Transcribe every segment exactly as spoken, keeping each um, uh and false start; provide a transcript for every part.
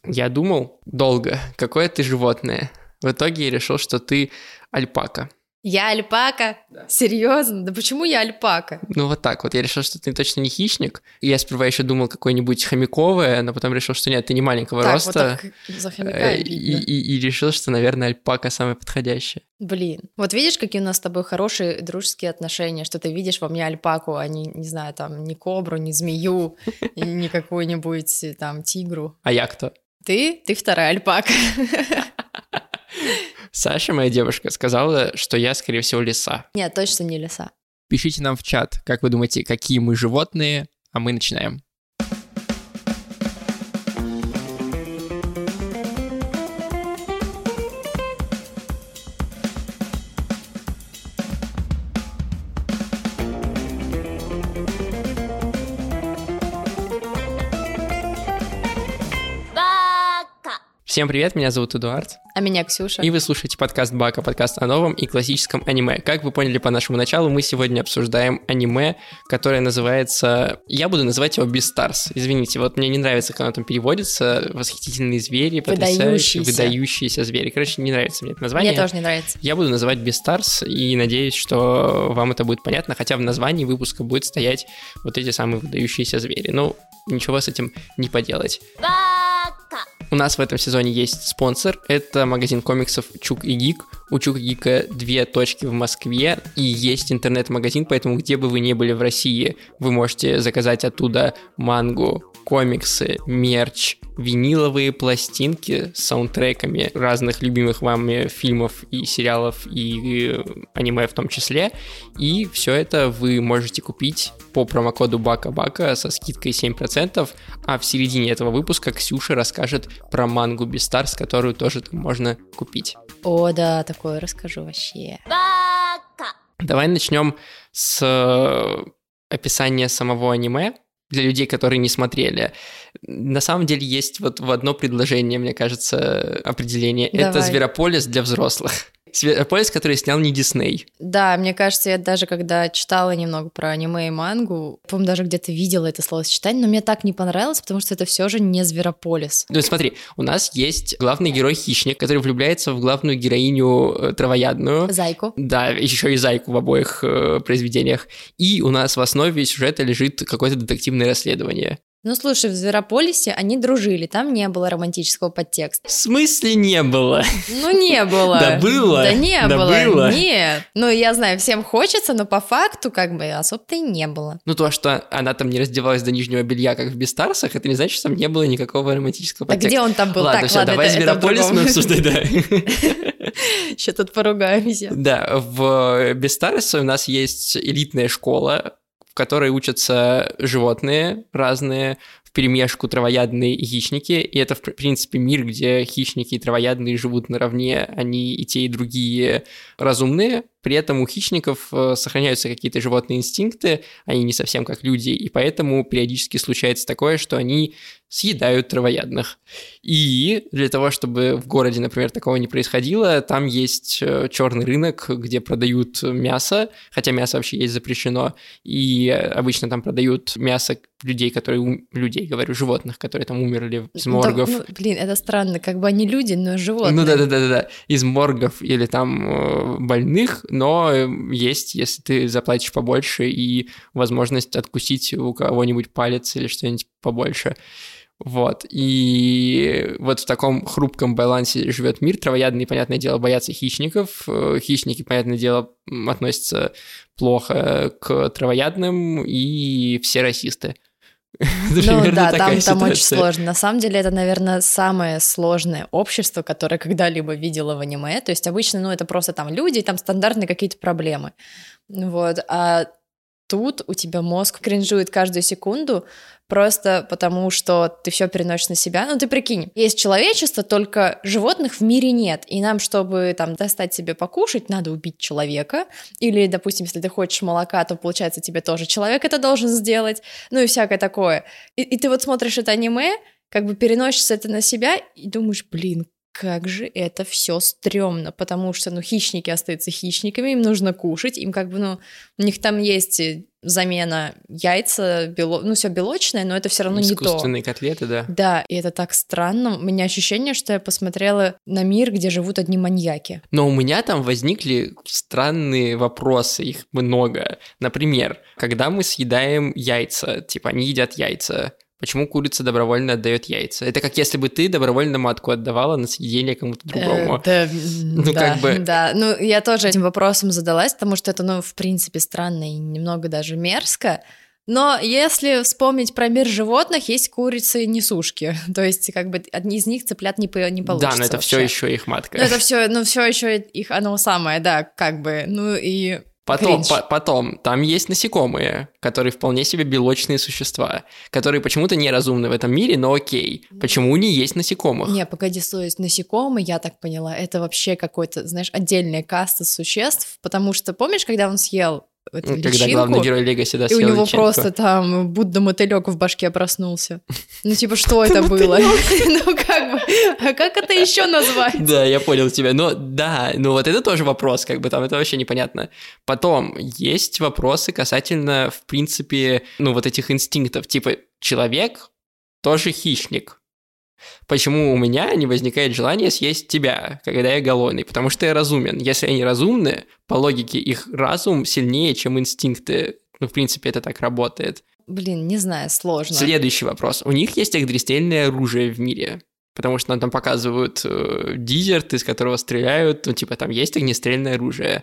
Я думал долго, какое ты животное. В итоге я решил, что ты альпака. Я альпака? Да. Серьезно? Да почему я альпака? Ну вот так вот, я решил, что ты точно не хищник. Я сперва еще думал какое-нибудь хомяковое, но потом решил, что нет, ты не маленького так, роста. Вот так за хомяка и, и, и решил, что, наверное, альпака самая подходящая. Блин, вот видишь, какие у нас с тобой хорошие дружеские отношения, что ты видишь во мне альпаку, а не, не знаю, там, не кобру, не змею, не какую-нибудь там тигру. А я кто? Ты? Ты вторая альпака. Саша, моя девушка, сказала, что я, скорее всего, лиса. Нет, точно не лиса. Пишите нам в чат, как вы думаете, какие мы животные, а мы начинаем. Всем привет, меня зовут Эдуард. А меня Ксюша. И вы слушаете подкаст Бака, подкаст о новом и классическом аниме. Как вы поняли по нашему началу, мы сегодня обсуждаем аниме, которое называется... Я буду называть его Beastars. Извините, вот мне не нравится, как оно там переводится. Восхитительные звери, потрясающие, выдающиеся. выдающиеся звери. Короче, не нравится мне это название. Мне тоже не нравится. Я буду называть Beastars и надеюсь, что вам это будет понятно, хотя в названии выпуска будет стоять вот эти самые выдающиеся звери. Ну, ничего с этим не поделать. У нас в этом сезоне есть спонсор, это магазин комиксов Чук и Гик. У Чук и Гика две точки в Москве и есть интернет-магазин, поэтому где бы вы ни были в России, вы можете заказать оттуда мангу, комиксы, мерч, виниловые пластинки с саундтреками разных любимых вами фильмов и сериалов и аниме в том числе. И все это вы можете купить по промокоду Бака-Бака со скидкой семь процентов, а в середине этого выпуска Ксюша расскажет про мангу Beastars, которую тоже там можно купить. О, да, такое расскажу вообще. Бака! Давай начнем с описания самого аниме. Для людей, которые не смотрели. На самом деле есть вот в одно предложение, мне кажется, определение. Давай. Это Зверополис для взрослых. Зверополис, который снял не Дисней. Да, мне кажется, я даже когда читала немного про аниме и мангу, по-моему, даже где-то видела это словосочетание, но мне так не понравилось, потому что это все же не Зверополис. Ну смотри, у нас есть главный герой хищник, который влюбляется в главную героиню травоядную. Зайку. Да, еще и зайку в обоих э, произведениях. И у нас в основе сюжета лежит какое-то детективное расследование. Ну, слушай, в Зверополисе они дружили, там не было романтического подтекста. В смысле не было? Ну, не было. Да было. Да не да было. было. Нет. Ну, я знаю, всем хочется, но по факту как бы особо-то и не было. Ну, то, что она там не раздевалась до нижнего белья, как в Бестарсах, это не значит, что там не было никакого романтического подтекста. А где он там был? Ладно, так, все, ладно, давай это, Зверополис это мы обсуждаем, да. Еще тут поругаемся. Да, в Бестарсе у нас есть элитная школа, в которой учатся животные разные, вперемешку травоядные и хищники, и это, в принципе, мир, где хищники и травоядные живут наравне, они и те, и другие разумные, при этом у хищников сохраняются какие-то животные инстинкты, они не совсем как люди, и поэтому периодически случается такое, что они съедают травоядных. И для того, чтобы в городе, например, такого не происходило, там есть черный рынок, где продают мясо, хотя мясо вообще есть запрещено, и обычно там продают мясо людей, которые... Ум... людей, говорю, животных, которые там умерли из моргов. Да, ну, блин, это странно, как бы они люди, но животные. Ну да-да-да-да, из моргов или там э, больных, но есть, если ты заплатишь побольше и возможность откусить у кого-нибудь палец или что-нибудь побольше. Вот, и вот в таком хрупком балансе живет мир. Травоядные, понятное дело, боятся хищников. Хищники, понятное дело, относятся плохо к травоядным, и все расисты. Ну да, там, там очень сложно. На самом деле это, наверное, самое сложное общество, которое когда-либо видела в аниме. То есть обычно, ну, это просто там люди, там стандартные какие-то проблемы. Вот, а тут у тебя мозг кринжует каждую секунду, просто потому что ты все переносишь на себя. Ну, ты прикинь, есть человечество, только животных в мире нет. И нам, чтобы там достать себе покушать, надо убить человека. Или, допустим, если ты хочешь молока, то, получается, тебе тоже человек это должен сделать. Ну и всякое такое. И, и ты вот смотришь это аниме, как бы переносишь это на себя и думаешь, блин, как же это все стрёмно, потому что, ну, хищники остаются хищниками, им нужно кушать, им как бы, ну, у них там есть замена яйца, бело... ну, все белочное, но это все равно не то. Искусственные котлеты, да. Да, и это так странно. У меня ощущение, что я посмотрела на мир, где живут одни маньяки. Но у меня там возникли странные вопросы, их много. Например, когда мы съедаем яйца, типа они едят яйца, почему курица добровольно отдает яйца? Это как если бы ты добровольно матку отдавала на съедение кому-то другому. Да, ну, да, как бы... да. Ну, я тоже этим вопросом задалась, потому что это, ну, в принципе, странно и немного даже мерзко. Но если вспомнить про мир животных, есть курицы-несушки. То есть, как бы, одни из них цыплят не, по- не получится. Да, но это вообще. все еще их матка. Ну, это все, ну, все еще их оно самое, да, как бы. Ну и. Потом, по- потом, там есть насекомые, которые вполне себе белочные существа, которые почему-то неразумны в этом мире, но окей. Почему не есть насекомых? Не, погоди, стой, насекомые, я так поняла, это вообще какой-то, знаешь, отдельная каста существ, потому что, помнишь, когда он съел эту Когда личинку, главный герой Легаси, да, и у съел него личинку. просто там Будда-мотылек в башке проснулся. Ну, типа, что это было? Ну, как бы, а как это еще назвать? Да, я понял тебя. Но да, ну вот это тоже вопрос, как бы там это вообще непонятно. Потом есть вопросы касательно, в принципе, ну вот этих инстинктов. Типа, человек тоже хищник. Почему у меня не возникает желания съесть тебя, когда я голодный? Потому что я разумен. Если они разумны, по логике их разум сильнее, чем инстинкты. Ну, в принципе, это так работает. Блин, не знаю, сложно. Следующий вопрос. У них есть огнестрельное оружие в мире? Потому что нам там показывают э, дизерт, из которого стреляют. Ну, типа, там есть огнестрельное оружие.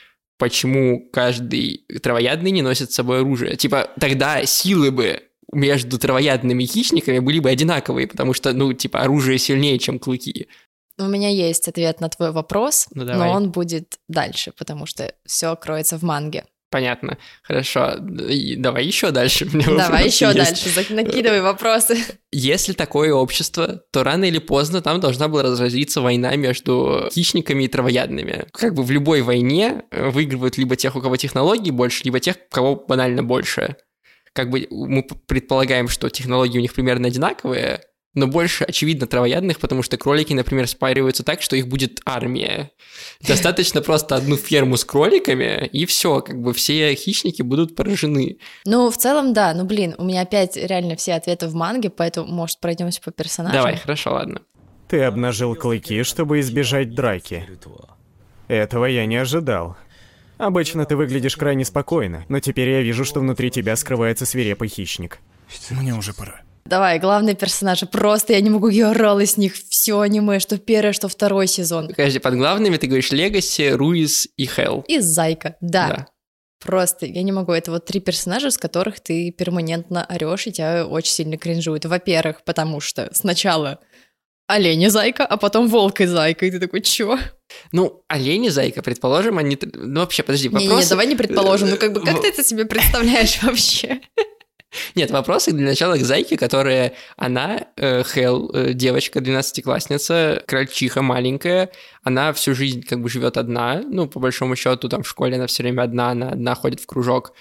Почему каждый травоядный не носит с собой оружие? Типа, тогда силы бы между травоядными хищниками были бы одинаковые, потому что, ну, типа, оружие сильнее, чем клыки. У меня есть ответ на твой вопрос, Ну, давай. но он будет дальше, потому что все кроется в манге. Понятно. Хорошо. И давай еще дальше. Давай еще дальше, накидывай вопросы. Если такое общество, то рано или поздно там должна была разразиться война между хищниками и травоядными. Как бы в любой войне выигрывают либо тех, у кого технологий больше, либо тех, у кого банально больше. Как бы мы предполагаем, что технологии у них примерно одинаковые, но больше, очевидно, травоядных, потому что кролики, например, спариваются так, что их будет армия. Достаточно просто одну ферму с кроликами, и все, как бы все хищники будут поражены. Ну, в целом, да. Ну, блин, у меня опять реально все ответы в манге, поэтому, может, пройдемся по персонажам? Давай, хорошо, ладно. Ты обнажил клыки, чтобы избежать драки. Этого я не ожидал. Обычно ты выглядишь крайне спокойно, но теперь я вижу, что внутри тебя скрывается свирепый хищник. Мне уже пора. Давай, главные персонажи. Просто я не могу, я орала с них все аниме, что первый, что второй сезон. Подожди, под главными ты говоришь Легаси, Руис и Хелл. И Зайка, да. Да. Просто я не могу. Это вот три персонажа, с которых ты перманентно орешь, и тебя очень сильно кринжует. Во-первых, потому что сначала олень и зайка, а потом волк и зайка. И ты такой, чё? Ну, олень и зайка, предположим, они... Ну, вообще, подожди, вопрос... Не-не, давай не предположим. Ну, как бы, как ты это себе представляешь вообще? Нет, вопросы для начала к зайке, которая... Она, э, Хелл, э, девочка, двенадцатиклассница, крольчиха маленькая. Она всю жизнь как бы живет одна. Ну, по большому счету, там в школе она все время одна, она одна ходит в кружок.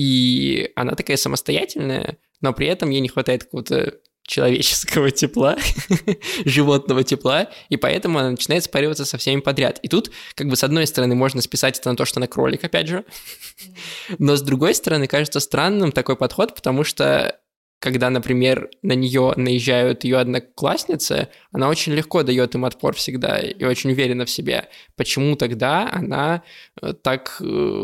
И она такая самостоятельная, но при этом ей не хватает какого-то человеческого тепла, животного тепла, и поэтому она начинает спариваться со всеми подряд. И тут, как бы, с одной стороны, можно списать это на то, что она кролик, опять же, но с другой стороны, кажется странным такой подход, потому что, когда, например, на нее наезжают ее одноклассницы, она очень легко дает им отпор всегда и очень уверена в себе. Почему тогда она так...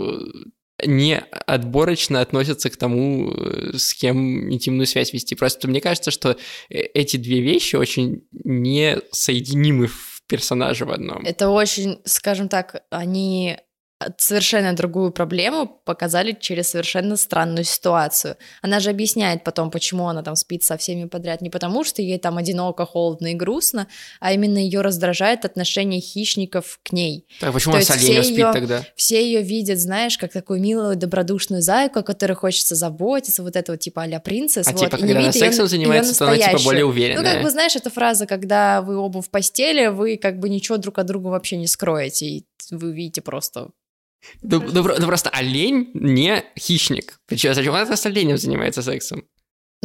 не отборочно относятся к тому, с кем интимную связь вести. Просто мне кажется, что эти две вещи очень несоединимы в персонаже в одном. Это очень, скажем так, они совершенно другую проблему показали через совершенно странную ситуацию. Она же объясняет потом, почему она там спит со всеми подряд. Не потому, что ей там одиноко, холодно и грустно, а именно ее раздражает отношение хищников к ней. Так почему она с оленем спит её, тогда? Все ее видят, знаешь, как такую милую, добродушную зайку, о которой хочется заботиться, вот это вот типа а-ля принцесс. А вот, типа, и когда она сексом её, занимается, её то она типа более уверенная. Ну, как бы, знаешь, эта фраза, когда вы оба в постели, вы как бы ничего друг от друга вообще не скроете, и вы видите просто... Ну, ну, ну просто олень не хищник. Причем зачем она с оленем занимается сексом?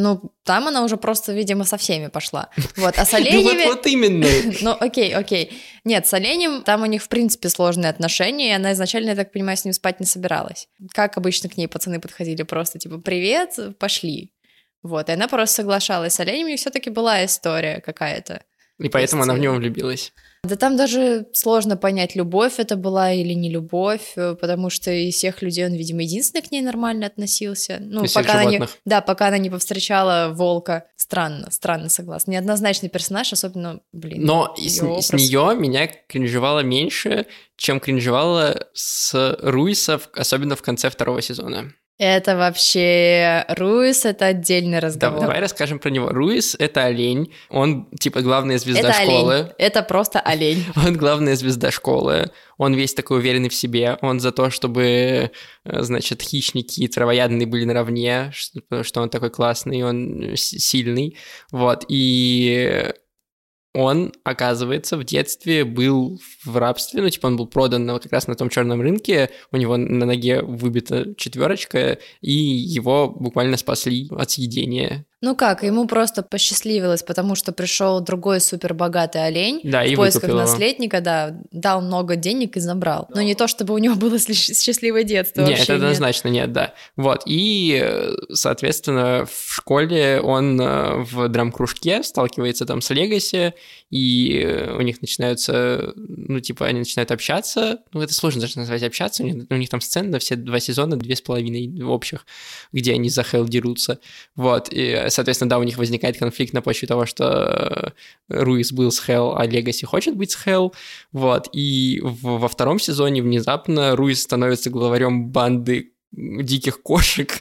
Ну, там она уже просто, видимо, со всеми пошла. Вот, а с оленями... Вот именно. Ну, окей, окей. Нет, с оленем там у них, в принципе, сложные отношения, и она изначально, я так понимаю, с ним спать не собиралась. Как обычно к ней пацаны подходили, просто типа «Привет, пошли». Вот, и она просто соглашалась. С оленями все-таки была история какая-то. И поэтому она в него влюбилась. Да там даже сложно понять, любовь это была или не любовь, потому что из всех людей он, видимо, единственный к ней нормально относился. Ну, из пока всех она не, животных. да, пока она не повстречала волка. Странно, странно, согласна. Неоднозначный персонаж, особенно, блин. Но с, с нее меня кринжевало меньше, чем кринжевало с Руиса, особенно в конце второго сезона. Это вообще... Руис — это отдельный разговор. Да, давай расскажем про него. Руис — это олень, он, типа, главная звезда это школы. Олень. Это просто олень. Он главная звезда школы, он весь такой уверенный в себе, он за то, чтобы, значит, хищники и травоядные были наравне, что, что он такой классный, он сильный, вот, и... Он, оказывается, в детстве был в рабстве, ну, типа, он был продан как раз на том черном рынке, у него на ноге выбита четверочка, и его буквально спасли от съедения. Ну как, ему просто посчастливилось, потому что пришел другой супербогатый олень да, в поисках наследника, его. да, дал много денег и забрал. Но не то, чтобы у него было счастливое детство. Нет, это однозначно нет. нет, да. Вот, и, соответственно, в школе он в драм-кружке сталкивается там с Легаси, и у них начинаются, ну, типа, они начинают общаться, ну, это сложно даже назвать общаться, у них, у них там сцена все два сезона, две с половиной общих, где они за Хэл дерутся, вот, и, соответственно, да, у них возникает конфликт на почве того, что Руис был с Хэл, а Легаси хочет быть с Хэл, вот, и в, во втором сезоне внезапно Руис становится главарем банды диких кошек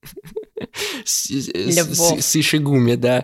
с, с, с Ишигуми, да,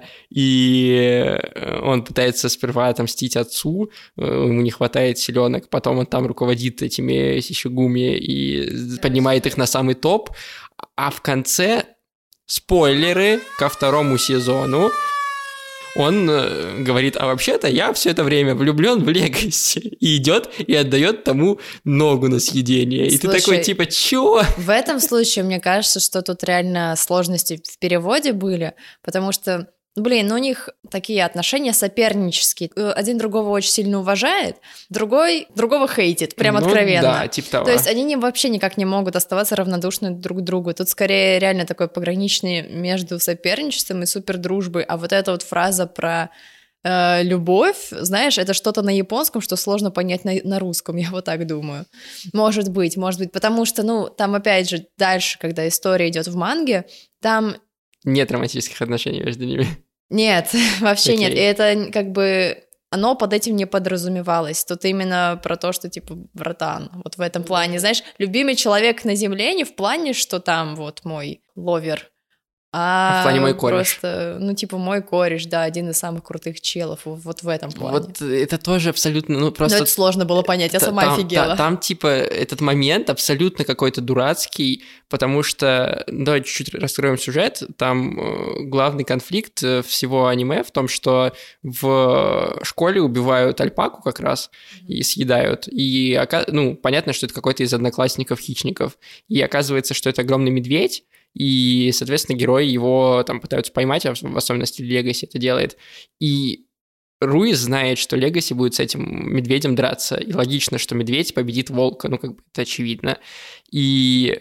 и он пытается сперва отомстить отцу, ему не хватает силенок, потом он там руководит этими Ишигуми и поднимает их на самый топ, а в конце, спойлеры ко второму сезону, он э, говорит, а вообще-то я все это время влюблен в Легаси, и идет и отдает тому ногу на съедение. Слушай, и ты такой, типа, чё? В этом случае, мне кажется, что тут реально сложности в переводе были, потому что, блин, ну у них такие отношения сопернические. Один другого очень сильно уважает, другой другого хейтит, прям ну, откровенно. Да, типа того. То есть они не, вообще никак не могут оставаться равнодушны друг к другу. Тут скорее реально такой пограничный между соперничеством и супердружбой. А вот эта вот фраза про э, любовь, знаешь, это что-то на японском, что сложно понять на, на русском, я вот так думаю. Может быть, может быть, потому что, ну, там опять же дальше, когда история идет в манге, там... Нет романтических отношений между ними. Нет, вообще okay. нет. И это как бы оно под этим не подразумевалось. Тут именно про то, что типа братан, вот в этом плане, знаешь, любимый человек на земле не в плане, что там вот мой ловер, а, а в плане мой кореш. Просто, ну типа мой кореш, да, один из самых крутых челов, вот в этом плане. Вот это тоже абсолютно, ну просто... Но это сложно было понять, я сама там, офигела. Там, там типа этот момент абсолютно какой-то дурацкий, потому что, давай чуть-чуть раскроем сюжет, там э, главный конфликт всего аниме в том, что в школе убивают альпаку как раз mm-hmm. и съедают, и, ну, понятно, что это какой-то из одноклассников-хищников, и оказывается, что это огромный медведь, и, соответственно, герои его там пытаются поймать, а в особенности Легаси это делает. И Руис знает, что Легаси будет с этим медведем драться, и логично, что медведь победит волка, ну, как бы это очевидно. И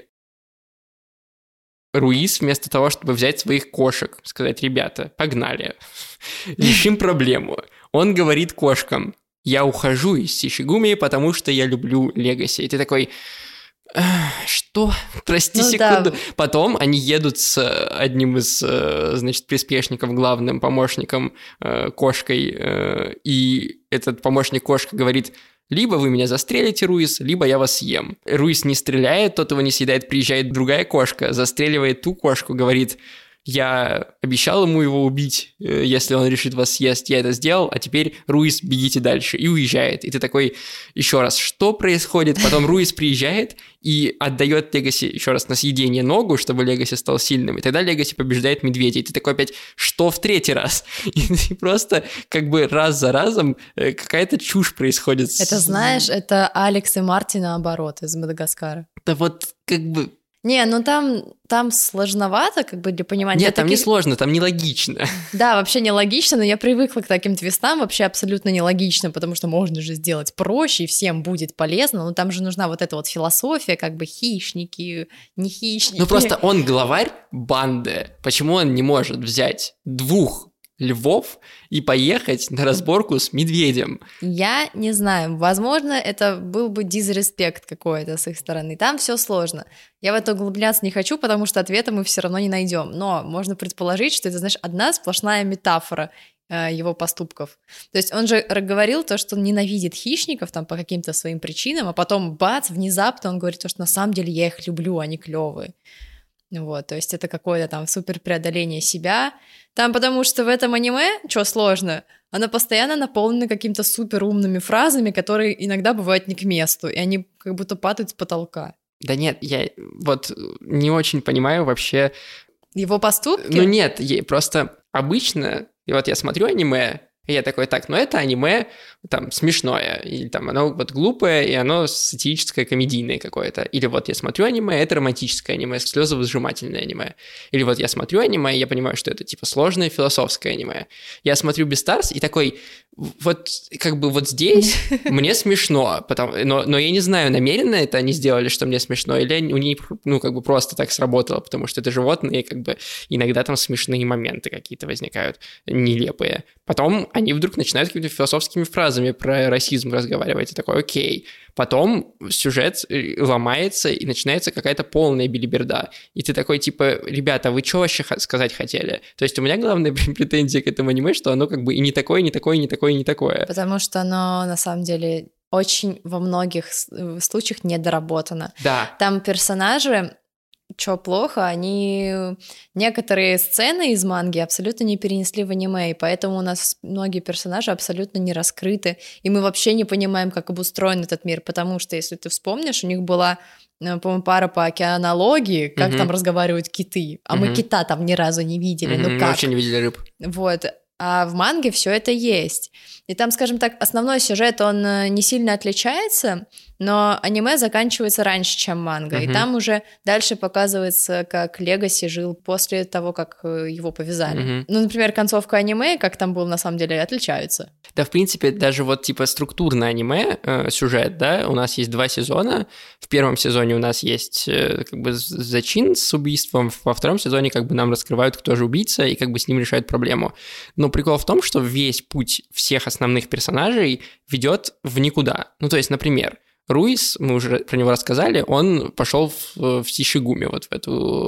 Руис вместо того, чтобы взять своих кошек, сказать, ребята, погнали, решим проблему, он говорит кошкам, я ухожу из Сишигуми, потому что я люблю Легаси. И ты такой... Что? Прости ну, секунду. Да. Потом они едут с одним из, значит, приспешников, главным помощником, кошкой, и этот помощник-кошка говорит, либо вы меня застрелите, Руис, либо я вас съем. Руис не стреляет, тот его не съедает, приезжает другая кошка, застреливает ту кошку, говорит... Я обещал ему его убить, если он решит вас съесть, я это сделал, а теперь, Руис, бегите дальше, и уезжает. И ты такой, еще раз, что происходит? Потом Руис приезжает и отдает Легаси еще раз на съедение ногу, чтобы Легаси стал сильным, и тогда Легаси побеждает медведя. И ты такой опять, что в третий раз? И ты просто как бы раз за разом какая-то чушь происходит. Это знаешь, это Алекс и Марти наоборот из Мадагаскара. Да вот как бы... Не, ну там, там сложновато, как бы, для понимания. Нет, там таких... не сложно, там нелогично. Да, вообще нелогично, но я привыкла к таким твистам, вообще абсолютно нелогично, потому что можно же сделать проще, и всем будет полезно, но там же нужна вот эта вот философия, как бы хищники, не хищники. Ну просто он главарь банды, почему он не может взять двух львов и поехать на разборку с медведем? Я не знаю, возможно, это был бы дизреспект какой-то с их стороны. Там все сложно. Я в это углубляться не хочу, потому что ответа мы все равно не найдем. Но можно предположить, что это, знаешь, одна сплошная метафора э, его поступков. То есть он же говорил то, что он ненавидит хищников там по каким-то своим причинам, а потом бац, внезапно он говорит то, что на самом деле я их люблю, они клевые. Вот, то есть это какое-то там супер преодоление себя. Там потому что в этом аниме, что сложно, оно постоянно наполнено какими-то супер умными фразами, которые иногда бывают не к месту, и они как будто падают с потолка. Да нет, я вот не очень понимаю вообще... Его поступки? Ну нет, просто обычно, и вот я смотрю аниме, и я такой, так, ну это аниме там смешное, или там оно вот глупое, и оно сатирическое, комедийное какое-то. Или вот я смотрю аниме, это романтическое аниме, слезовыжимательное аниме. Или вот я смотрю аниме, и я понимаю, что это типа сложное философское аниме. Я смотрю Beastars и такой, вот как бы вот здесь мне смешно, потому, но, но я не знаю, намеренно это они сделали, что мне смешно, или у них, ну, как бы просто так сработало, потому что это животные, и как бы иногда там смешные моменты какие-то возникают, нелепые. Потом они вдруг начинают какими-то философскими фразами про расизм разговаривать, и такой, окей. Потом сюжет ломается, и начинается какая-то полная билиберда. И ты такой, типа, ребята, вы что вообще сказать хотели? То есть у меня главная претензия к этому аниме, что оно как бы и не такое, и не такое, и не такое, и не такое. Потому что оно, на самом деле, очень во многих случаях недоработано. Да. Там персонажи... Что плохо, они некоторые сцены из манги абсолютно не перенесли в аниме, и поэтому у нас многие персонажи абсолютно не раскрыты, и мы вообще не понимаем, как обустроен этот мир, потому что, если ты вспомнишь, у них была, по-моему, пара по океанологии, как угу. там разговаривают киты, а угу. мы кита там ни разу не видели, угу. ну как? Мы вообще не видели рыб. Вот. А в манге все это есть. И там, скажем так, основной сюжет, он не сильно отличается, но аниме заканчивается раньше, чем манга. Uh-huh. И там уже дальше показывается, как Легаси жил после того, как его повязали. Uh-huh. Ну, например, концовка аниме, как там было на самом деле, отличаются. Да, в принципе, даже вот типа структурное аниме, э, сюжет, да, у нас есть два сезона. В первом сезоне у нас есть э, как бы зачин с убийством, во втором сезоне как бы нам раскрывают, кто же убийца, и как бы с ним решают проблему. Но прикол в том, что весь путь всех основных персонажей ведет в никуда. Ну, то есть, например, Руис, мы уже про него рассказали, он пошел в, в Сишигуми, вот в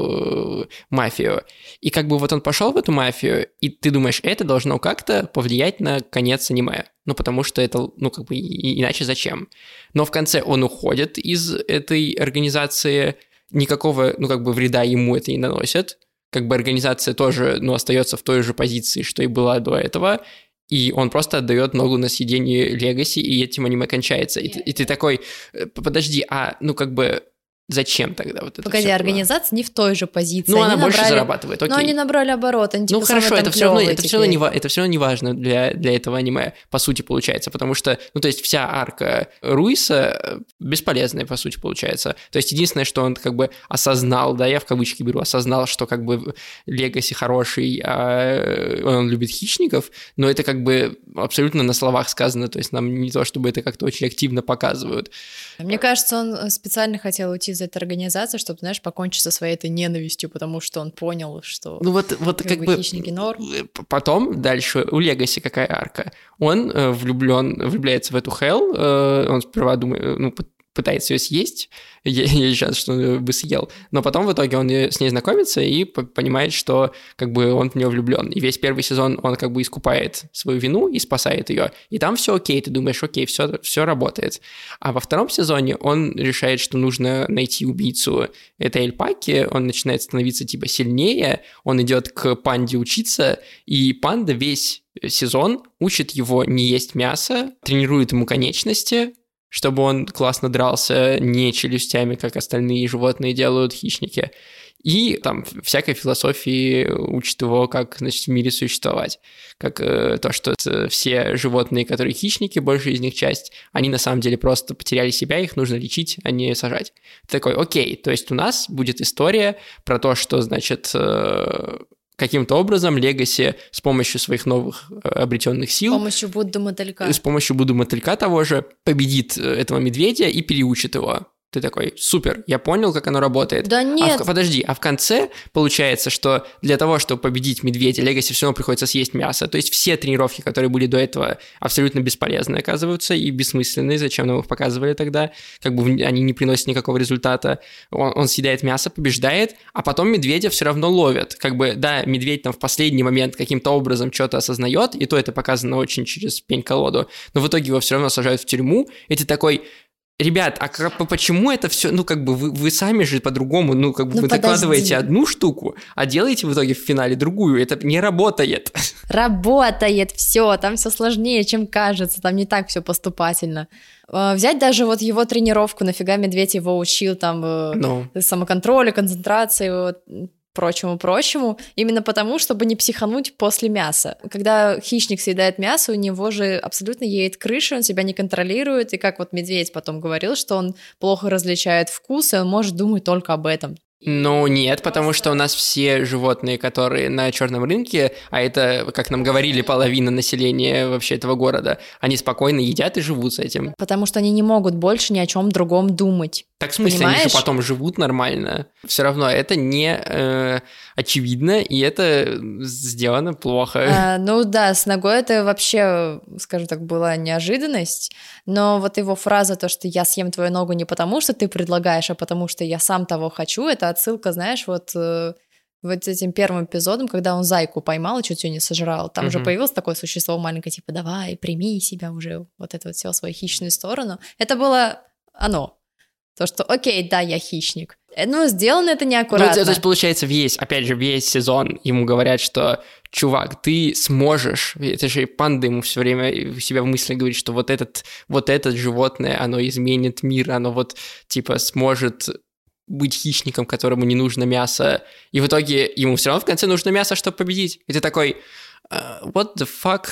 эту мафию. И как бы вот он пошел в эту мафию, и ты думаешь, это должно как-то повлиять на конец аниме. Ну, потому что это, ну, как бы, и, иначе зачем? Но в конце он уходит из этой организации, никакого, ну, как бы, вреда ему это не наносит. Как бы организация тоже, ну, остается в той же позиции, что и была до этого. И он просто отдает ногу на съедение Легаси, и этим аниме кончается. И, и ты такой, подожди, а ну как бы зачем тогда вот это? Погоди, организация не в той же позиции. Ну, они она больше набрали... зарабатывает, окей. Но они набрали оборот, они типа ну хорошо, это все равно, это все равно, не, это все равно не важно для, для этого аниме, по сути, получается, потому что, ну, то есть вся арка Руиса бесполезная, по сути, получается. То есть единственное, что он как бы осознал, да, я в кавычки беру, осознал, что как бы Легаси хороший, а он любит хищников, но это как бы абсолютно на словах сказано, то есть нам не то, чтобы это как-то очень активно показывают. Мне кажется, он специально хотел уйти из этой организации, чтобы, знаешь, покончить со своей этой ненавистью, потому что он понял, что ну вот, вот как, как бы хищники норм. Потом дальше у Легаси какая арка? Он э, влюблен, влюбляется в эту Хэл, э, он сперва думает, ну, пытается ее съесть, ей шанс, что он бы съел, но потом в итоге он с ней знакомится и понимает, что как бы он в нее влюблен. И весь первый сезон он как бы искупает свою вину и спасает ее. И там все окей, ты думаешь, окей, все, все работает. А во втором сезоне он решает, что нужно найти убийцу этой альпаки, он начинает становиться типа сильнее, он идет к панде учиться, и панда весь сезон учит его не есть мясо, тренирует ему конечности, чтобы он классно дрался не челюстями, как остальные животные делают, хищники. И там всякой философии учат его, как, значит, в мире существовать. Как э, то, что все животные, которые хищники, большая из них часть, они на самом деле просто потеряли себя, их нужно лечить, а не сажать. Ты такой, окей, то есть у нас будет история про то, что, значит, э, каким-то образом Легаси с помощью своих новых обретенных сил... С помощью Будды Мотылька. С помощью Будды Мотылька того же победит этого медведя и переучит его. Ты такой, супер, я понял, как оно работает. Да нет. А в, подожди, а в конце получается, что для того, чтобы победить медведя, Легаси все равно приходится съесть мясо. То есть все тренировки, которые были до этого, абсолютно бесполезны, оказываются, и бессмысленные. Зачем нам их показывали тогда? Как бы они не приносят никакого результата. Он, он съедает мясо, побеждает, а потом медведя все равно ловят. Как бы, да, медведь там в последний момент каким-то образом что-то осознает, и то это показано очень через пень-колоду, но в итоге его все равно сажают в тюрьму, и ты такой... Ребят, а как, почему это все, ну, как бы вы, вы сами же по-другому, ну, как бы ну, вы подожди. Докладываете одну штуку, а делаете в итоге в финале другую, это не работает. Работает, все, там все сложнее, чем кажется, там не так все поступательно. Взять даже вот его тренировку, нафига медведь его учил там no. самоконтролю, концентрации, вот, прочему-прочему, именно потому, чтобы не психануть после мяса. Когда хищник съедает мясо, у него же абсолютно едет крыша, он себя не контролирует, и как вот медведь потом говорил, что он плохо различает вкус, и он может думать только об этом. Ну, нет, потому что у нас все животные, которые на черном рынке, а это, как нам говорили, половина населения вообще этого города, они спокойно едят и живут с этим. Потому что они не могут больше ни о чем другом думать. Так в смысле, понимаешь? Они же потом живут нормально. Все равно это не э, очевидно, и это сделано плохо. А, ну да, с ногой это вообще, скажем так, была неожиданность, но вот его фраза, то, что я съем твою ногу не потому, что ты предлагаешь, а потому что я сам того хочу, это отсылка, знаешь, вот... Э, вот этим первым эпизодом, когда он зайку поймал и чуть ее не сожрал, там mm-hmm. же появилось такое существо маленькое, типа, давай, прими себя уже, вот это вот все, свою хищную сторону. Это было оно. То, что, окей, да, я хищник. Ну, сделано это неаккуратно. Ну, то есть, получается, весь, опять же, весь сезон ему говорят, что, чувак, ты сможешь, это же панда ему все время себя в мысли говорит, что вот этот, вот это животное, оно изменит мир, оно вот, типа, сможет... быть хищником, которому не нужно мясо, и в итоге ему все равно в конце нужно мясо, чтобы победить. И ты такой, uh, what the fuck?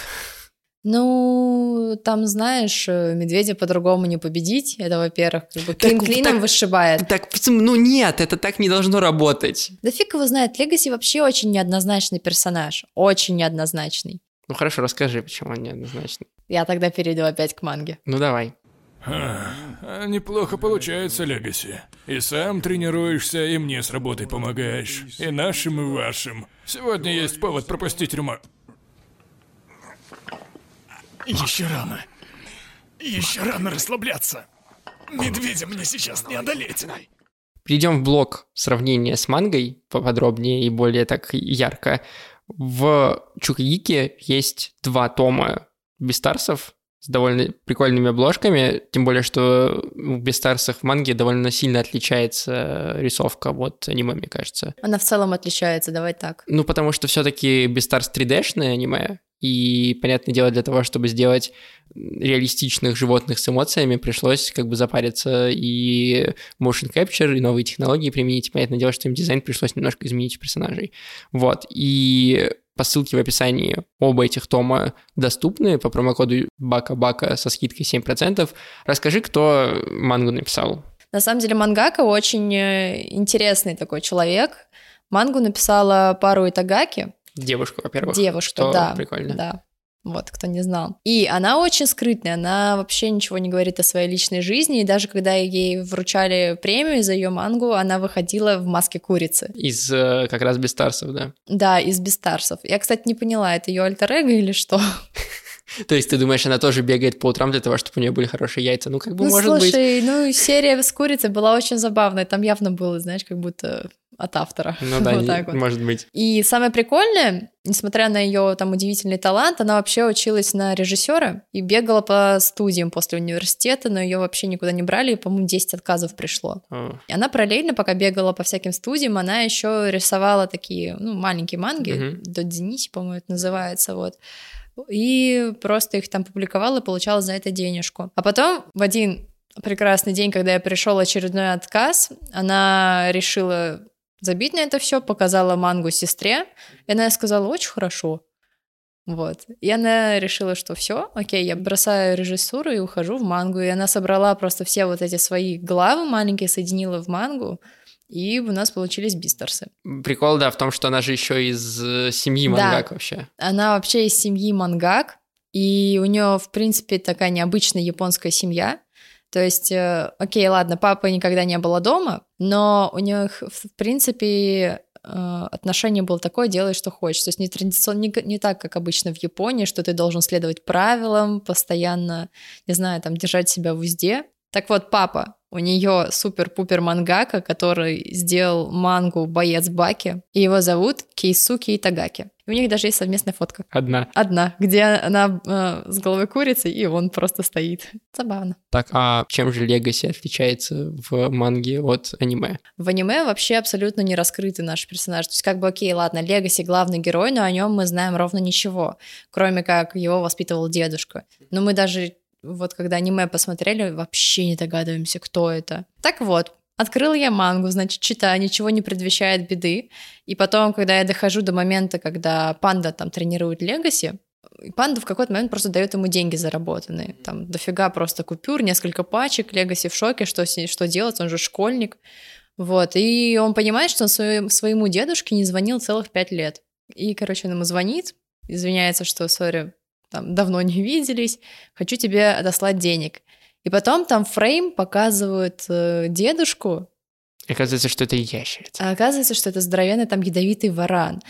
Ну, там, знаешь, медведя по-другому не победить, это, во-первых, как бы клин клином вышибает. Так, ну нет, это так не должно работать. Да фиг его знает, Легаси вообще очень неоднозначный персонаж, очень неоднозначный. Ну хорошо, расскажи, почему он неоднозначный. Я тогда перейду опять к манге. Ну давай. А, неплохо получается, Легаси. И сам тренируешься, и мне с работой помогаешь. И нашим, и вашим. Сегодня есть повод пропустить рюма. Еще рано. Еще рано расслабляться. Медведя мне сейчас не одолеть. Перейдем в блок сравнения с мангой поподробнее и более так ярко. В Чукагике есть два тома Бестарсов с довольно прикольными обложками, тем более, что в Бестарсах в манге довольно сильно отличается рисовка от аниме, мне кажется. Она в целом отличается, давай так. Ну, потому что все-таки Бестарс три дэ-шное аниме, и, понятное дело, для того, чтобы сделать реалистичных животных с эмоциями, пришлось как бы запариться и motion capture, и новые технологии применить. Понятное дело, что им дизайн пришлось немножко изменить у персонажей. Вот, и... По ссылке в описании оба этих тома доступны по промокоду Бака-Бака со скидкой семь процентов. Расскажи, кто мангу написал. На самом деле мангака очень интересный такой человек. Мангу написала Пару Итагаки. Девушка, во-первых. Девушка, что да. Прикольно. Да. Вот, кто не знал. И она очень скрытная, она вообще ничего не говорит о своей личной жизни, и даже когда ей вручали премию за ее мангу, она выходила в маске курицы. Из как раз Бестарсов, да? Да, из Бестарсов. Я, кстати, не поняла, это ее альтер-эго или что? То есть ты думаешь, она тоже бегает по утрам для того, чтобы у нее были хорошие яйца? Ну, как бы, ну, может слушай, быть... слушай, ну, серия с курицей была очень забавная, там явно было, знаешь, как будто... от автора. Ну да, вот не, так вот. Может быть. И самое прикольное, несмотря на ее там удивительный талант, она вообще училась на режиссера и бегала по студиям после университета, но ее вообще никуда не брали, и, по-моему, десять отказов пришло. Oh. И она параллельно, пока бегала по всяким студиям, она еще рисовала такие, ну, маленькие манги, mm-hmm. Додзинси, по-моему, это называется, вот. И просто их там публиковала и получала за это денежку. А потом в один прекрасный день, когда я пришел очередной отказ, она решила забить на это все, показала мангу сестре, и она сказала, очень хорошо. Вот. И она решила, что все, окей, я бросаю режиссуру и ухожу в мангу. И она собрала просто все вот эти свои главы маленькие, соединила в мангу, и у нас получились Бистерсы. Прикол, да, в том, что она же еще из семьи мангак да. вообще. Она вообще из семьи мангак, и у нее, в принципе, такая необычная японская семья. То есть, окей, ладно, папы никогда не было дома, но у них, в принципе, отношение было такое, делай, что хочешь. То есть не традиционно, не, не так, как обычно в Японии, что ты должен следовать правилам, постоянно, не знаю, там, держать себя в узде. Так вот, папа, у нее супер-пупер мангака, который сделал мангу «Боец Баки», и его зовут Кейсуки Итагаки. И у них даже есть совместная фотка. Одна. Одна, где она э, с головой курицы, и он просто стоит. Забавно. Так, а чем же Legacy отличается в манге от аниме? В аниме вообще абсолютно не раскрыты наши персонажи. То есть как бы, окей, ладно, Legacy главный герой, но о нем мы знаем ровно ничего, кроме как его воспитывал дедушка. Но мы даже... Вот когда аниме посмотрели, вообще не догадываемся, кто это. Так вот, открыла я мангу, значит, читаю, ничего не предвещает беды. И потом, когда я дохожу до момента, когда панда там тренирует Легаси, панда в какой-то момент просто дает ему деньги заработанные. Там дофига просто купюр, несколько пачек, Легаси в шоке, что, что делать, он же школьник. Вот, и он понимает, что он своему, своему дедушке не звонил целых пять лет. И, короче, он ему звонит, извиняется, что, сори, там, давно не виделись, хочу тебе отослать денег. И потом там фрейм показывают э, дедушку. И оказывается, что это ящерица. А оказывается, что это здоровенный там ядовитый варан.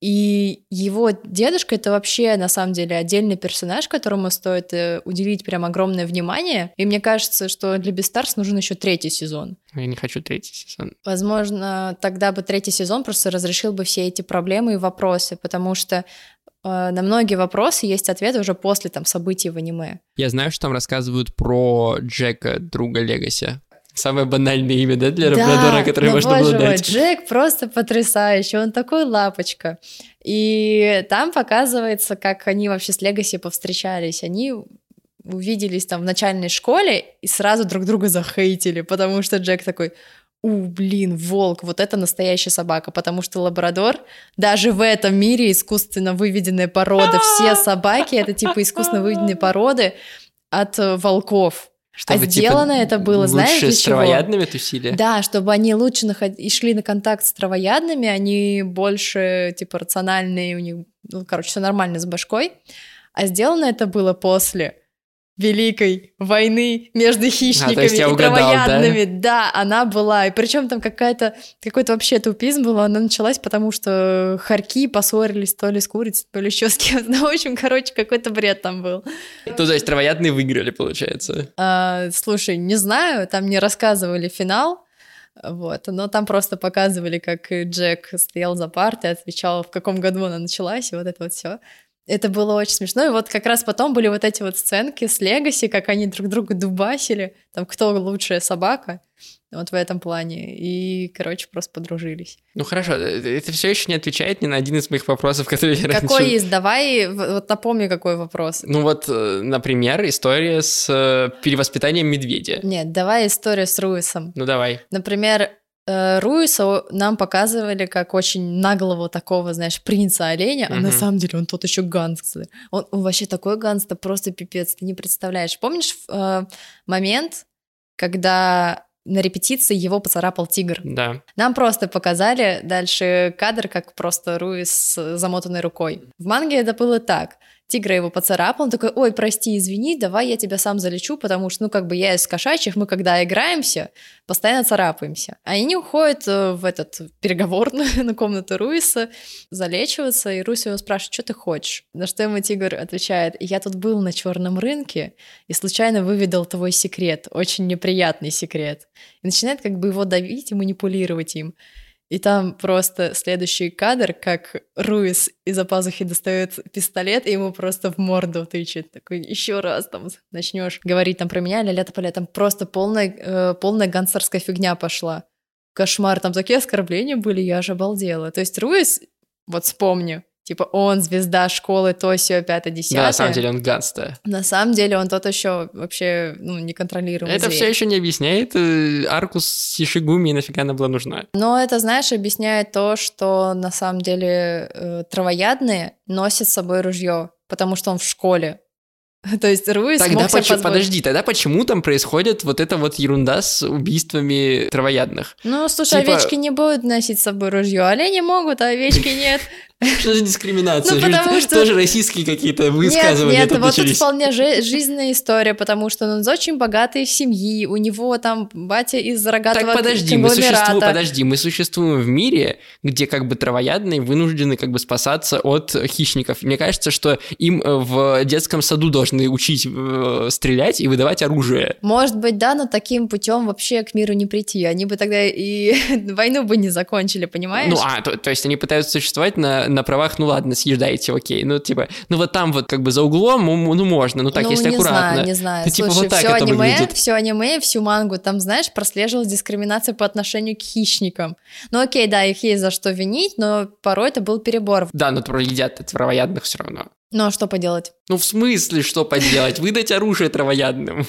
И его дедушка — это вообще, на самом деле, отдельный персонаж, которому стоит э, уделить прям огромное внимание. И мне кажется, что для Beastars нужен еще третий сезон. Я не хочу третий сезон. Возможно, тогда бы третий сезон просто разрешил бы все эти проблемы и вопросы, потому что на многие вопросы есть ответы уже после там событий в аниме. Я знаю, что там рассказывают про Джека, друга Легаси. Самое банальное имя, да, для Лабрадора, которое можно было дать. Да, боже мой, Джек просто потрясающий, он такой лапочка. И там показывается, как они вообще с Легаси повстречались. Они увиделись там в начальной школе и сразу друг друга захейтили, потому что Джек такой... У, блин, волк, вот это настоящая собака, потому что лабрадор, даже в этом мире искусственно выведенные породы, все собаки — это типа искусственно выведенные породы от волков. Чтобы, а сделано типа, это было, знаешь, для чего? Лучше с травоядными тусили? Да, чтобы они лучше наход... и шли на контакт с травоядными, они больше, типа, рациональные, у них, ну, короче, все нормально с башкой. А сделано это было после Великой войны между хищниками а, и угадал, травоядными. Да? да, она была. И причем там какая-то, какой-то вообще тупизм был. Она началась, потому что хорьки поссорились то ли с курицей, то ли еще с кем-то. Ну, в общем, короче, какой-то бред там был. То, то есть травоядные выиграли, получается? А, слушай, не знаю, там не рассказывали финал. Вот, но там просто показывали, как Джек стоял за партой, отвечал, в каком году она началась, и вот это вот все. Это было очень смешно, и вот как раз потом были вот эти вот сценки с Легаси, как они друг друга дубасили, там, кто лучшая собака, вот в этом плане, и, короче, просто подружились. Ну хорошо, это все еще не отвечает ни на один из моих вопросов, которые я раньше... Какой есть? Давай, вот напомни, какой вопрос. Ну вот, например, история с перевоспитанием медведя. Нет, давай историю с Руисом. Ну давай. Например, Руиса нам показывали как очень наглого такого, знаешь, принца-оленя, а mm-hmm. на самом деле он тот еще гангстер. Он, он вообще такой гангстер, просто пипец, ты не представляешь. Помнишь э, момент, когда на репетиции его поцарапал тигр? Да. Нам просто показали дальше кадр, как просто Руис с замотанной рукой. В манге это было так. Тигра его поцарапал, он такой, ой, прости, извини, давай я тебя сам залечу, потому что, ну, как бы я из кошачьих, мы когда играемся, постоянно царапаемся. А они уходят в этот переговорную на комнату Руиса залечиваться, и Руис его спрашивает, что ты хочешь? На что ему тигр отвечает, я тут был на черном рынке и случайно выведал твой секрет, очень неприятный секрет. И начинает как бы его давить и манипулировать им. И там просто следующий кадр, как Руис из-за пазухи достает пистолет и ему просто в морду тычет. Такой, еще раз там начнешь говорить там про меня, ля-ля-тополя, там просто полная, э, полная гангстерская фигня пошла. Кошмар, там такие оскорбления были, я аж обалдела. То есть Руис, вот вспомню, Типа он звезда школы, то сё, пятое, десятое. Да, на самом деле он ганста. На самом деле он тот еще вообще, ну, неконтролируемый Это зверь. все еще не объясняет э, арку с Шишигуми, нафига она была нужна. Но это, знаешь, объясняет то, что на самом деле э, травоядные носят с собой ружье, потому что он в школе. То есть Руис Тогда мог себе поч- позволить... подожди, тогда почему там происходит вот эта вот ерунда с убийствами травоядных? Ну, слушай, Типа- овечки не будут носить с собой ружье, олени могут, а овечки нет. Что за дискриминация? Ну, потому что- Тоже российские какие-то Нет, высказывания нет, тут вот тут начались. вполне жи- жизненная история, потому что он из очень богатой семьи, у него там батя из рогатого Так подожди, мы конгломерата. существуем, подожди, мы существуем в мире, где как бы травоядные вынуждены как бы спасаться от хищников. Мне кажется, что им э, в детском саду должны учить э, стрелять и выдавать оружие. Может быть, да, но таким путем вообще к миру не прийти. Они бы тогда и войну бы не закончили, понимаешь? Ну, а, то, то есть они пытаются существовать на, на правах, ну ладно, съезжайте, окей. Ну, типа, ну вот там вот как бы за углом, ну, ну можно, ну так, ну, если не аккуратно. знаю, не знаю. Ну, типа, Слушай, вот так все это аниме, выглядит. все аниме, всю мангу, там, знаешь, прослеживалась дискриминация по отношению к хищникам. Ну окей, да, их есть за что винить, но порой это был перебор. Да, но типа, едят травоядных все равно. Ну а что поделать? Ну, в смысле, что поделать? Выдать оружие травоядным.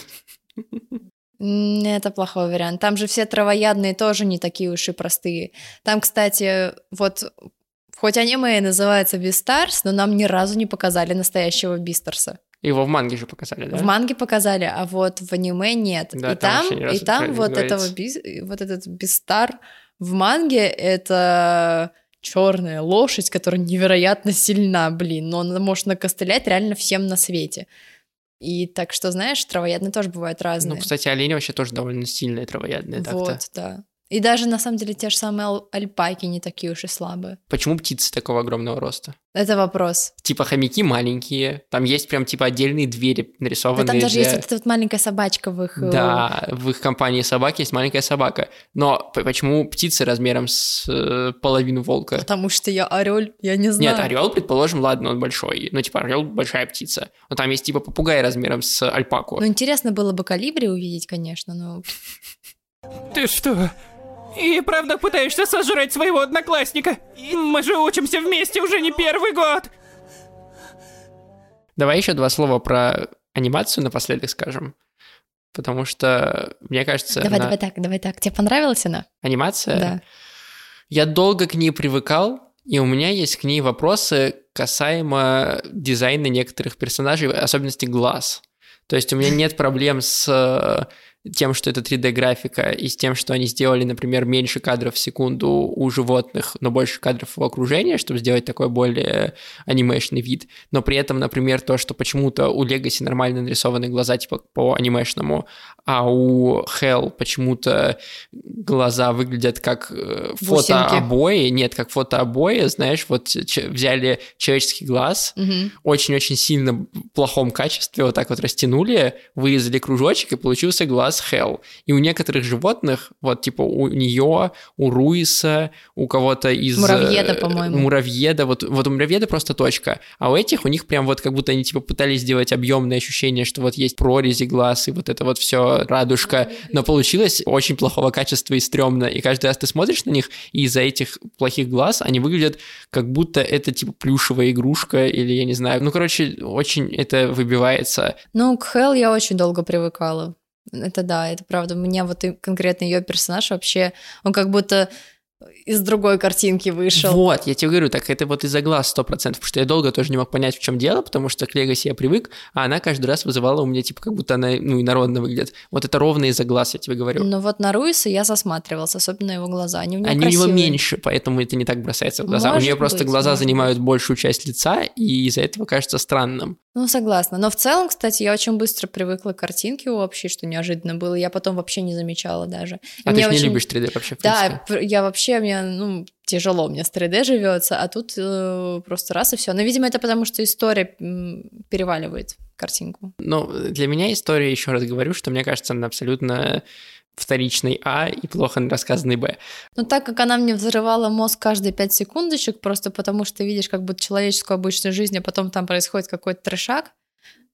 М, Это плохой вариант. Там же все травоядные тоже не такие уж и простые. Там, кстати, вот хоть аниме и называется Beastars, но нам ни разу не показали настоящего Бистерса. Его в манге же показали, да? В манге показали, а вот в аниме нет. Да, и там там, вообще ни разу и там про это не вот, говорится. этого, бис- вот этот Бистар в манге это черная лошадь, которая невероятно сильна, блин, но она может накостылять реально всем на свете. И так что, знаешь, травоядные тоже бывают разные. Ну, кстати, олени вообще тоже довольно сильные травоядные так-то. Вот, да. И даже, на самом деле, те же самые ал- альпаки не такие уж и слабые. Почему птицы такого огромного роста? Это вопрос. Типа хомяки маленькие, там есть прям типа отдельные двери Да нарисованные там даже для- есть вот эта вот маленькая собачка в их... э, Да, в их компании собак есть маленькая собака. Но п- почему птицы размером с э, половину волка? Потому что я орел, я не знаю. Нет, орел, предположим, ладно, он большой. Ну, типа, орел большая птица. Но там есть типа попугай размером с альпаку. Ну, интересно было бы калибри увидеть, конечно, но... Ты что? И правда пытаешься сожрать своего одноклассника? Мы же учимся вместе уже не первый год. Давай еще два слова про анимацию напоследок скажем. Потому что, мне кажется... Давай, на- давай так, давай так. Тебе понравилась она? Анимация? Да. Я долго к ней привыкал, и у меня есть к ней вопросы касаемо дизайна некоторых персонажей, в особенности глаз. То есть у меня нет проблем с э, тем, что это три дэ-графика, и с тем, что они сделали, например, меньше кадров в секунду у животных, но больше кадров у окружения, чтобы сделать такой более анимешный вид. Но при этом, например, то, что почему-то у Legacy нормально нарисованы глаза типа по анимешному, а у Hell почему-то глаза выглядят как э, Бусинки. фотообои. Нет, как фотообои, знаешь, вот ч- взяли человеческий глаз, Мгм. очень-очень сильно в плохом качестве, вот так вот растянули, вырезали кружочек, и получился глаз Hell. И у некоторых животных, вот типа у нее, у Руиса, у кого-то из... Муравьеда, э, по-моему. Муравьеда, вот, вот у муравьеда просто точка. А у этих, у них прям вот как будто они типа пытались сделать объемное ощущение, что вот есть прорези глаз, и вот это вот все радужка, но получилось очень плохого качества и стрёмно. И каждый раз ты смотришь на них, и из-за этих плохих глаз они выглядят как будто это типа плюшевая игрушка, или я не знаю. Ну, короче, очень это выбивается. Ну, к Хелл я очень долго привыкала. Это да, это правда. У меня вот и конкретно ее персонаж вообще, он как будто из другой картинки вышел. Вот, я тебе говорю, так это вот из-за глаз сто процентов, потому что я долго тоже не мог понять, в чем дело, потому что к Legacy я привык, а она каждый раз вызывала у меня, типа, как будто она, ну, инородно выглядит. Вот это ровно из-за глаз, я тебе говорю. Но вот на Руиса я засматривался, особенно его глаза. Они у него Они у него красивые. меньше, поэтому это не так бросается в глаза. Может у нее просто быть, глаза может занимают большую часть лица, и из-за этого кажется странным. Ну, согласна. Но в целом, кстати, я очень быстро привыкла к картинке общей, что неожиданно было. Я потом вообще не замечала даже. И А ты мне же не очень- любишь три дэ вообще, в принципе. Да, пр- я вообще, мне, ну, тяжело мне с три дэ живется, а тут э, просто раз и все. Но, видимо, это потому, что история м, переваливает картинку. Ну, для меня история, еще раз говорю, что мне кажется, она абсолютно вторичной А и плохо рассказанной Б. Но так как она мне взрывала мозг каждые пять секундочек, просто потому что ты видишь как будто человеческую обычную жизнь, а потом там происходит какой-то трешак,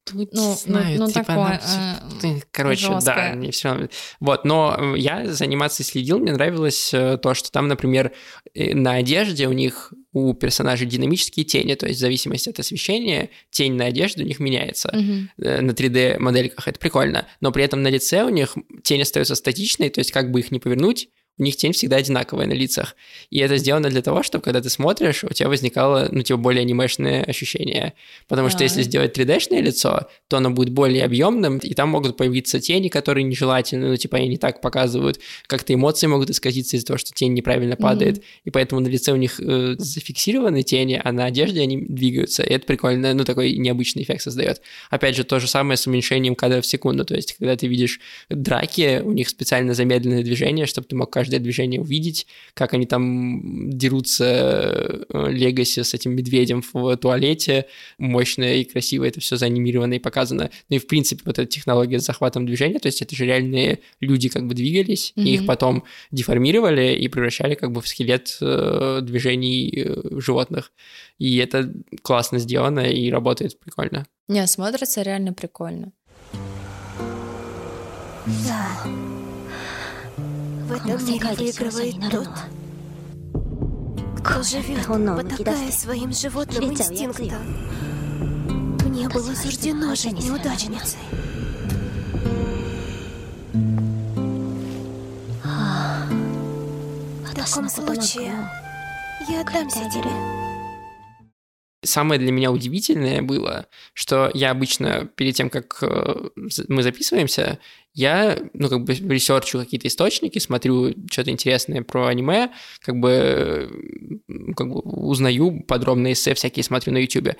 Тут, ну, знаю, ну, типа, такое, она... э, короче, жёсткое. Да, не все. Вот, но я за анимацией следил, мне нравилось то, что там, например, на одежде у них у персонажей динамические тени, то есть в зависимости от освещения тень на одежде у них меняется mm-hmm. на три дэ-модельках, это прикольно, но при этом на лице у них тень остается статичной, то есть как бы их ни повернуть, у них тень всегда одинаковая на лицах. И это сделано для того, чтобы, когда ты смотришь, у тебя возникало, ну, типа, более анимешное ощущение. Потому что А-а-а. если сделать три дэ-шное лицо, то оно будет более объемным, и там могут появиться тени, которые нежелательны, ну, типа, они не так показывают, как-то эмоции могут исказиться из-за того, что тень неправильно падает. Mm-hmm. И поэтому на лице у них э, зафиксированы тени, а на одежде они двигаются. И это прикольно, ну, такой необычный эффект создает. Опять же, то же самое с уменьшением кадров в секунду. То есть, когда ты видишь драки, у них специально замедленное движение, чтобы ты мог каждое движение увидеть, как они там дерутся Легаси с этим медведем в туалете, мощно и красиво это все заанимировано и показано. Ну и в принципе вот эта технология с захватом движения, то есть это же реальные люди как бы двигались, mm-hmm. и их потом деформировали и превращали как бы в скелет э, движений э, животных. И это классно сделано и работает прикольно. Не, смотрится реально прикольно. Да. В этом мире выигрывает тот, кто живет, потакая своим животным инстинктом. Мне было суждено жить неудачницей. В таком случае я отдамся тебе. Самое для меня удивительное было, что я обычно перед тем, как мы записываемся, я, ну, как бы ресерчу какие-то источники, смотрю что-то интересное про аниме, как бы, как бы узнаю подробные эссе всякие, смотрю на ютубе.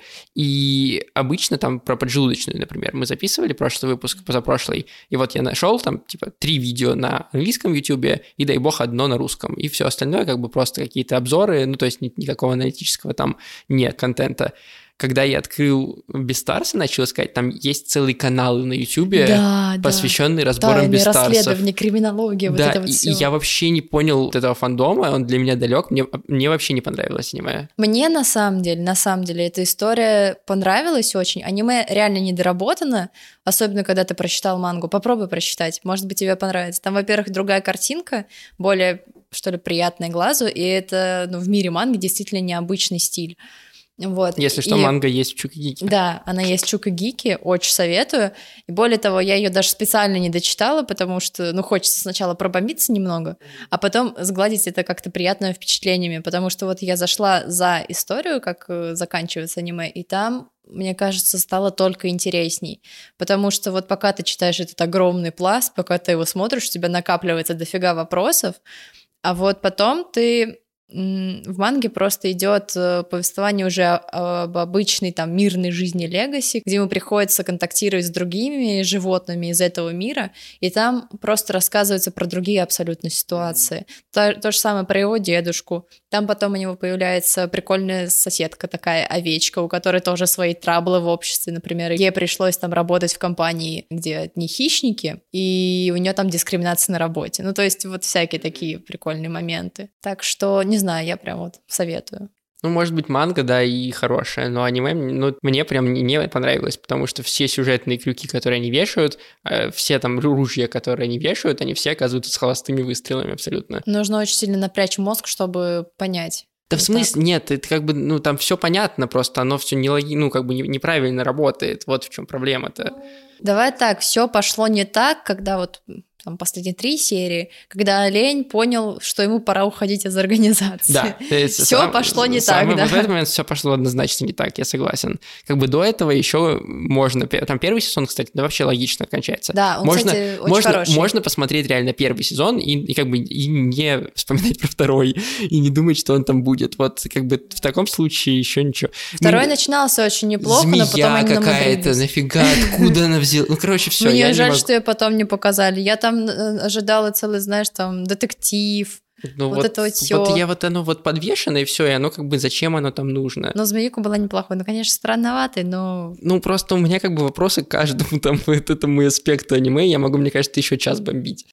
И обычно там про поджелудочную, например, мы записывали прошлый выпуск, позапрошлый, и вот я нашел там, типа, три видео на английском ютубе, и, дай бог, одно на русском. И все остальное, как бы, просто какие-то обзоры, ну, то есть никакого аналитического там нет контента. Когда я открыл Бестарс и начал искать, там есть целый канал на Ютубе, да, посвященный да. разборам Бестарсов. Расследование, криминология, да, вот это вот и, все. и я вообще не понял вот этого фандома, он для меня далек, мне, мне вообще не понравилось аниме. Мне на самом деле, на самом деле, эта история понравилась очень. Аниме реально недоработано, особенно когда ты прочитал мангу. Попробуй прочитать, может быть, тебе понравится. Там, во-первых, другая картинка, более, что ли, приятная глазу, и это, ну, в мире манги действительно необычный стиль. Вот. Если что, и... манга есть в Чукагике. Да, она есть в Чукагике, очень советую. И более того, я ее даже специально не дочитала, потому что, ну, хочется сначала пробомбиться немного, а потом сгладить это как-то приятными впечатлениями, потому что вот я зашла за историю, как заканчивается аниме, и там, мне кажется, стало только интересней, потому что вот пока ты читаешь этот огромный пласт, пока ты его смотришь, у тебя накапливается дофига вопросов, а вот потом ты... В манге просто идет повествование уже об обычной там мирной жизни Легаси, где ему приходится контактировать с другими животными из этого мира, и там просто рассказывается про другие абсолютно ситуации. То, то же самое про его дедушку. Там потом у него появляется прикольная соседка такая, овечка, у которой тоже свои траблы в обществе, например. Ей пришлось там работать в компании, где одни хищники, и у нее там дискриминация на работе. Ну, то есть вот всякие такие прикольные моменты. Так что, не знаю, я прям вот советую. Ну, может быть, манга, да, и хорошая, но аниме, ну, мне прям не понравилось, потому что все сюжетные крюки, которые они вешают, все там ружья, которые они вешают, они все оказываются с холостыми выстрелами абсолютно. Нужно очень сильно напрячь мозг, чтобы понять. Да, в смысле, так. Нет, это как бы, ну, там все понятно, просто оно все не логи, ну, как бы неправильно работает, вот в чем проблема-то. Давай так, все пошло не так, когда вот... там, последние три серии, когда олень понял, что ему пора уходить из организации. Да. Все сам, пошло не сам, так, да. В этот момент все пошло однозначно не так, я согласен. Как бы до этого еще можно... Там первый сезон, кстати, да, вообще логично кончается. Да, он, можно, кстати, очень можно, хороший. Можно посмотреть реально первый сезон и, и как бы и не вспоминать про второй, и не думать, что он там будет. Вот как бы в таком случае еще ничего. Второй Мы... начинался очень неплохо, Змея но потом они какая-то, нафига, откуда она взяла? Ну, короче, все. Мне я жаль, не могу... что ее потом не показали. Я там ожидала целый, знаешь, там, детектив, ну, вот, вот это вот всё. Вот я вот оно вот подвешено, и все, и оно как бы зачем оно там нужно? Но Змеюка была неплохой, ну, конечно, странноватый, но... Ну, просто у меня как бы вопросы к каждому там вот этому аспекту аниме, я могу, мне кажется, еще час бомбить.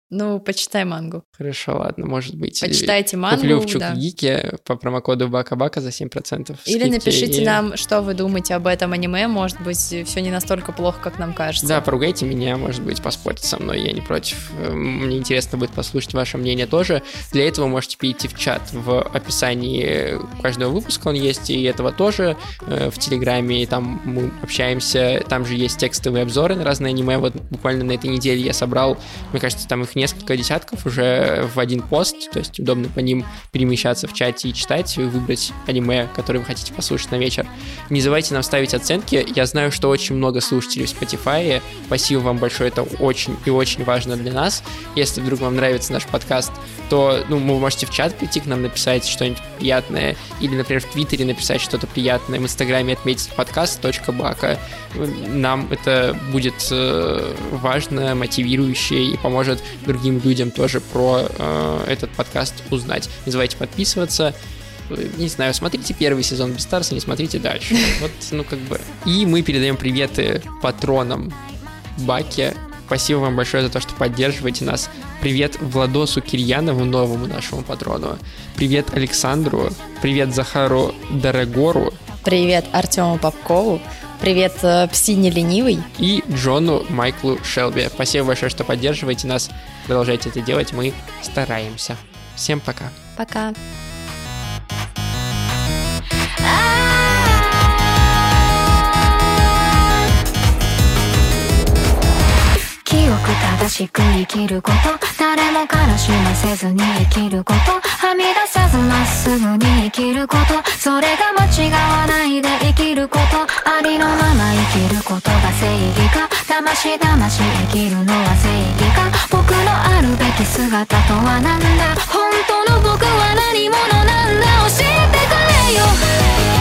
Ну, почитай мангу. Хорошо, ладно, может быть. Почитайте мангу, куплю в да. Чукгике по промокоду Бака-Бака за семь процентов. Или напишите и... нам, что вы думаете об этом аниме. Может быть, все не настолько плохо, как нам кажется. Да, поругайте меня, может быть, поспорьте со мной, я не против. Мне интересно будет послушать ваше мнение тоже. Для этого можете перейти в чат. В описании каждого выпуска он есть, и этого тоже. В Телеграме там мы общаемся. Там же есть текстовые обзоры на разные аниме. Вот буквально на этой неделе я собрал, мне кажется, там их несколько десятков уже в один пост, то есть удобно по ним перемещаться в чате и читать, и выбрать аниме, которое вы хотите послушать на вечер. Не забывайте нам ставить оценки. Я знаю, что очень много слушателей в Spotify. Спасибо вам большое, это очень и очень важно для нас. Если вдруг вам нравится наш подкаст, то ну, вы можете в чат прийти к нам, написать что-нибудь приятное, или, например, в Твиттере написать что-то приятное, в Инстаграме отметить подкаст точка бака. Нам это будет э, важно, мотивирующе и поможет другим людям тоже про э, этот подкаст узнать. Не забывайте подписываться. Не знаю, смотрите первый сезон Бестарса, не смотрите дальше. Вот, ну как бы. И мы передаем приветы патронам Баки. Спасибо вам большое за то, что поддерживаете нас. Привет Владосу Кирьянову, новому нашему патрону. Привет Александру. Привет Захару Дорогору. Привет Артему Попкову. Привет э, Псине Ленивый. И Джону Майклу Шелби. Спасибо большое, что поддерживаете нас. Продолжайте это делать, мы стараемся. Всем пока. Пока. 正しく生きること、誰も悲しませずに生きること、はみ出さずまっすぐに生きること、それが間違わないで生きること、ありのまま生きることが正義か、だましだまし生きるのは正義か、僕のあるべき姿とはなんだ、本当の僕は何者なんだ、教えてくれよ。